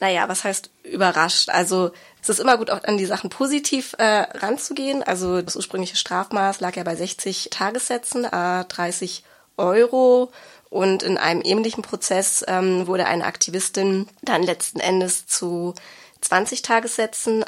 Naja, was heißt überrascht? Also es ist immer gut, auch an die Sachen positiv ranzugehen. Also das ursprüngliche Strafmaß lag ja bei 60 Tagessätzen, 30 Euro. Und in einem ähnlichen Prozess wurde eine Aktivistin dann letzten Endes zu 20 Tagessätzen,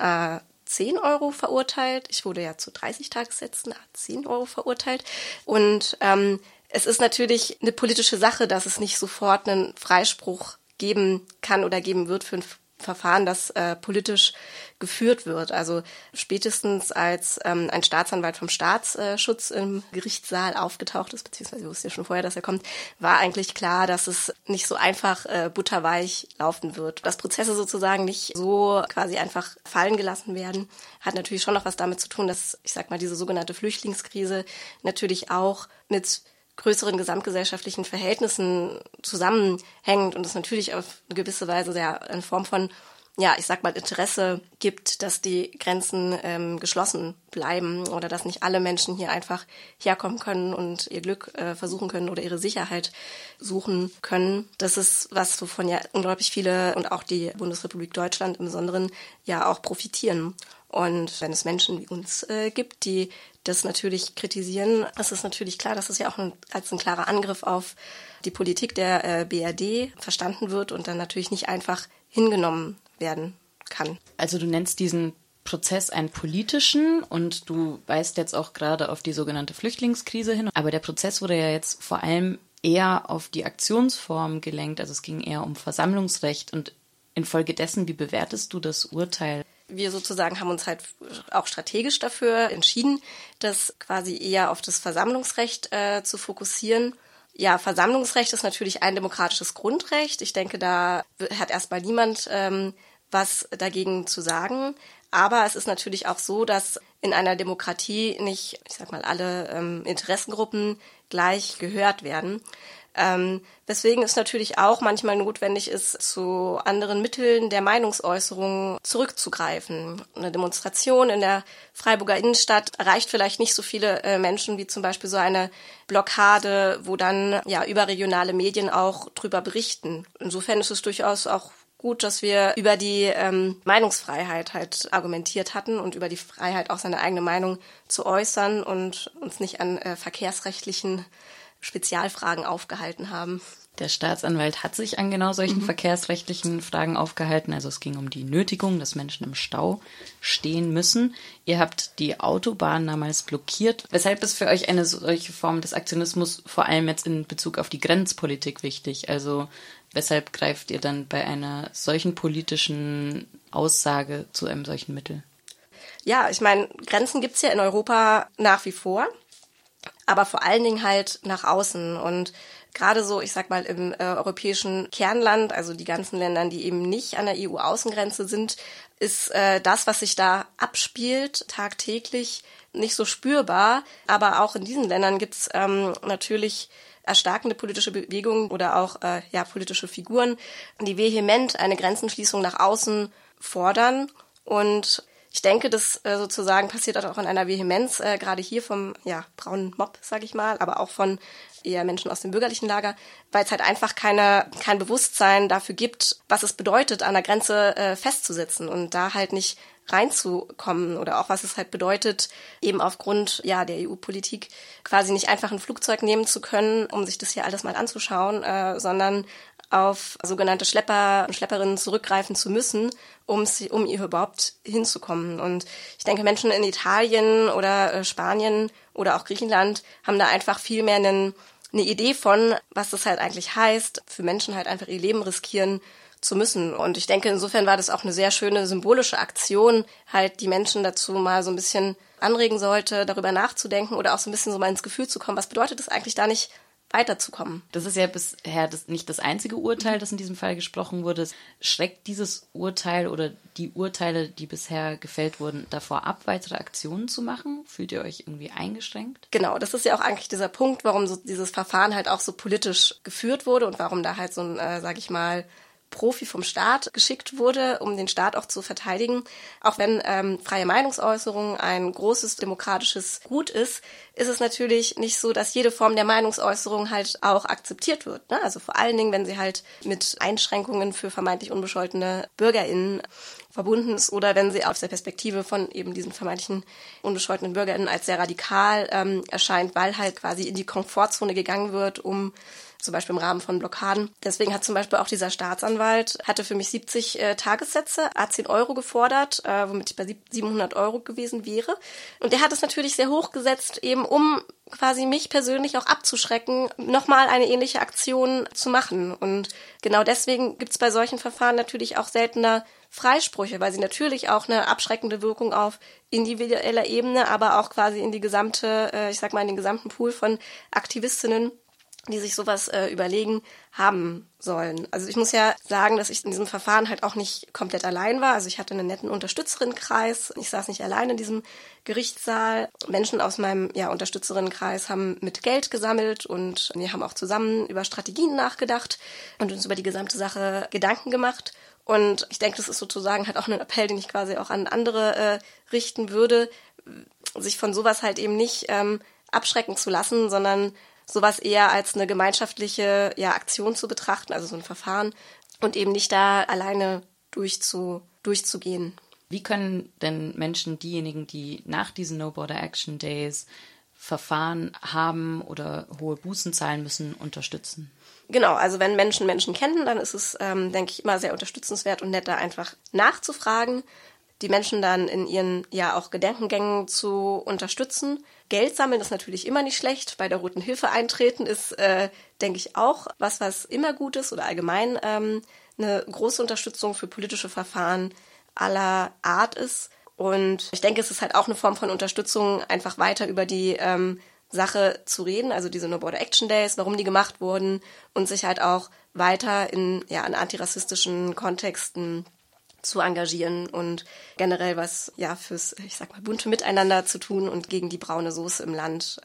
10 Euro verurteilt. Ich wurde ja zu 30 Tagessätzen, 10 Euro verurteilt. Und es ist natürlich eine politische Sache, dass es nicht sofort einen Freispruch geben kann oder geben wird für ein Verfahren, das politisch geführt wird. Also spätestens als ein Staatsanwalt vom Staatsschutz im Gerichtssaal aufgetaucht ist, beziehungsweise wusste ja schon vorher, dass er kommt, war eigentlich klar, dass es nicht so einfach butterweich laufen wird. Dass Prozesse sozusagen nicht so quasi einfach fallen gelassen werden, hat natürlich schon noch was damit zu tun, dass, ich sag mal, diese sogenannte Flüchtlingskrise natürlich auch mit größeren gesamtgesellschaftlichen Verhältnissen zusammenhängt und es natürlich auf eine gewisse Weise eine Form von, ja, ich sag mal, Interesse gibt, dass die Grenzen geschlossen bleiben oder dass nicht alle Menschen hier einfach herkommen können und ihr Glück versuchen können oder ihre Sicherheit suchen können. Das ist was, wovon ja unglaublich viele und auch die Bundesrepublik Deutschland im Besonderen ja auch profitieren. Und wenn es Menschen wie uns gibt, die das natürlich kritisieren, ist es natürlich klar, dass es ja auch als ein klarer Angriff auf die Politik der BRD verstanden wird und dann natürlich nicht einfach hingenommen werden kann. Also du nennst diesen Prozess einen politischen und du weist jetzt auch gerade auf die sogenannte Flüchtlingskrise hin. Aber der Prozess wurde ja jetzt vor allem eher auf die Aktionsform gelenkt. Also es ging eher um Versammlungsrecht und infolgedessen, wie bewertest du das Urteil? Wir sozusagen haben uns halt auch strategisch dafür entschieden, das quasi eher auf das Versammlungsrecht zu fokussieren. Ja, Versammlungsrecht ist natürlich ein demokratisches Grundrecht. Ich denke, da hat erstmal niemand was dagegen zu sagen. Aber es ist natürlich auch so, dass in einer Demokratie nicht, ich sag mal, alle Interessengruppen gleich gehört werden. Weswegen es natürlich auch manchmal notwendig ist, zu anderen Mitteln der Meinungsäußerung zurückzugreifen. Eine Demonstration in der Freiburger Innenstadt erreicht vielleicht nicht so viele Menschen wie zum Beispiel so eine Blockade, wo dann ja überregionale Medien auch drüber berichten. Insofern ist es durchaus auch gut, dass wir über die Meinungsfreiheit halt argumentiert hatten und über die Freiheit, auch seine eigene Meinung zu äußern und uns nicht an verkehrsrechtlichen Spezialfragen aufgehalten haben. Der Staatsanwalt hat sich an genau solchen verkehrsrechtlichen Fragen aufgehalten. Also es ging um die Nötigung, dass Menschen im Stau stehen müssen. Ihr habt die Autobahn damals blockiert. Weshalb ist für euch eine solche Form des Aktionismus vor allem jetzt in Bezug auf die Grenzpolitik wichtig? Also weshalb greift ihr dann bei einer solchen politischen Aussage zu einem solchen Mittel? Ja, ich meine, Grenzen gibt's ja in Europa nach wie vor, aber vor allen Dingen halt nach außen. Und gerade so, ich sag mal, im europäischen Kernland, also die ganzen Ländern, die eben nicht an der EU-Außengrenze sind, ist das, was sich da abspielt, tagtäglich nicht so spürbar. Aber auch in diesen Ländern gibt's natürlich erstarkende politische Bewegungen oder auch politische Figuren, die vehement eine Grenzenschließung nach außen fordern. Und ich denke, das sozusagen passiert auch in einer Vehemenz, gerade hier vom braunen Mob, sage ich mal, aber auch von eher Menschen aus dem bürgerlichen Lager, weil es halt einfach kein Bewusstsein dafür gibt, was es bedeutet, an der Grenze festzusitzen und da halt nicht reinzukommen oder auch was es halt bedeutet, eben aufgrund der EU-Politik quasi nicht einfach ein Flugzeug nehmen zu können, um sich das hier alles mal anzuschauen, sondern auf sogenannte Schlepper und Schlepperinnen zurückgreifen zu müssen, um hier überhaupt hinzukommen. Und ich denke, Menschen in Italien oder Spanien oder auch Griechenland haben da einfach viel mehr eine Idee von, was das halt eigentlich heißt, für Menschen halt einfach ihr Leben riskieren zu müssen. Und ich denke, insofern war das auch eine sehr schöne symbolische Aktion, halt die Menschen dazu mal so ein bisschen anregen sollte, darüber nachzudenken oder auch so ein bisschen so mal ins Gefühl zu kommen, was bedeutet es eigentlich da nicht weiterzukommen. Das ist ja bisher nicht das einzige Urteil, das in diesem Fall gesprochen wurde. Schreckt dieses Urteil oder die Urteile, die bisher gefällt wurden, davor ab, weitere Aktionen zu machen? Fühlt ihr euch irgendwie eingeschränkt? Genau, das ist ja auch eigentlich dieser Punkt, warum so dieses Verfahren halt auch so politisch geführt wurde und warum da halt so ein, sag ich mal, Profi vom Staat geschickt wurde, um den Staat auch zu verteidigen. Auch wenn freie Meinungsäußerung ein großes demokratisches Gut ist, ist es natürlich nicht so, dass jede Form der Meinungsäußerung halt auch akzeptiert wird, ne? Also vor allen Dingen, wenn sie halt mit Einschränkungen für vermeintlich unbescholtene BürgerInnen verbunden ist oder wenn sie aus der Perspektive von eben diesen vermeintlichen unbescholtenen BürgerInnen als sehr radikal erscheint, weil halt quasi in die Komfortzone gegangen wird, um zum Beispiel im Rahmen von Blockaden. Deswegen hat zum Beispiel auch dieser Staatsanwalt, hatte für mich 70 Tagessätze, hat 10 Euro gefordert, womit ich bei 700 Euro gewesen wäre. Und der hat es natürlich sehr hoch gesetzt, eben um quasi mich persönlich auch abzuschrecken, nochmal eine ähnliche Aktion zu machen. Und genau deswegen gibt es bei solchen Verfahren natürlich auch seltener Freisprüche, weil sie natürlich auch eine abschreckende Wirkung auf individueller Ebene, aber auch quasi in die gesamte, in den gesamten Pool von Aktivistinnen, die sich sowas überlegen, haben sollen. Also ich muss ja sagen, dass ich in diesem Verfahren halt auch nicht komplett allein war. Also ich hatte einen netten Unterstützerinnenkreis. Ich saß nicht allein in diesem Gerichtssaal. Menschen aus meinem Unterstützerinnenkreis haben mit Geld gesammelt und wir haben auch zusammen über Strategien nachgedacht und uns über die gesamte Sache Gedanken gemacht. Und ich denke, das ist sozusagen halt auch ein Appell, den ich quasi auch an andere richten würde, sich von sowas halt eben nicht abschrecken zu lassen, sondern sowas eher als eine gemeinschaftliche Aktion zu betrachten, also so ein Verfahren, und eben nicht da alleine durchzugehen. Wie können denn Menschen, diejenigen, die nach diesen No Border Action Days Verfahren haben oder hohe Bußen zahlen müssen, unterstützen? Genau, also wenn Menschen kennen, dann ist es, denke ich, immer sehr unterstützenswert und nett, da einfach nachzufragen, die Menschen dann in ihren auch Gedankengängen zu unterstützen. Geld sammeln ist natürlich immer nicht schlecht. Bei der Roten Hilfe eintreten ist, denke ich, auch was immer gut ist oder allgemein eine große Unterstützung für politische Verfahren aller Art ist. Und ich denke, es ist halt auch eine Form von Unterstützung, einfach weiter über die Sache zu reden, also diese No Border Action Days, warum die gemacht wurden und sich halt auch weiter in antirassistischen Kontexten zu engagieren und generell was fürs, bunte Miteinander zu tun und gegen die braune Soße im Land.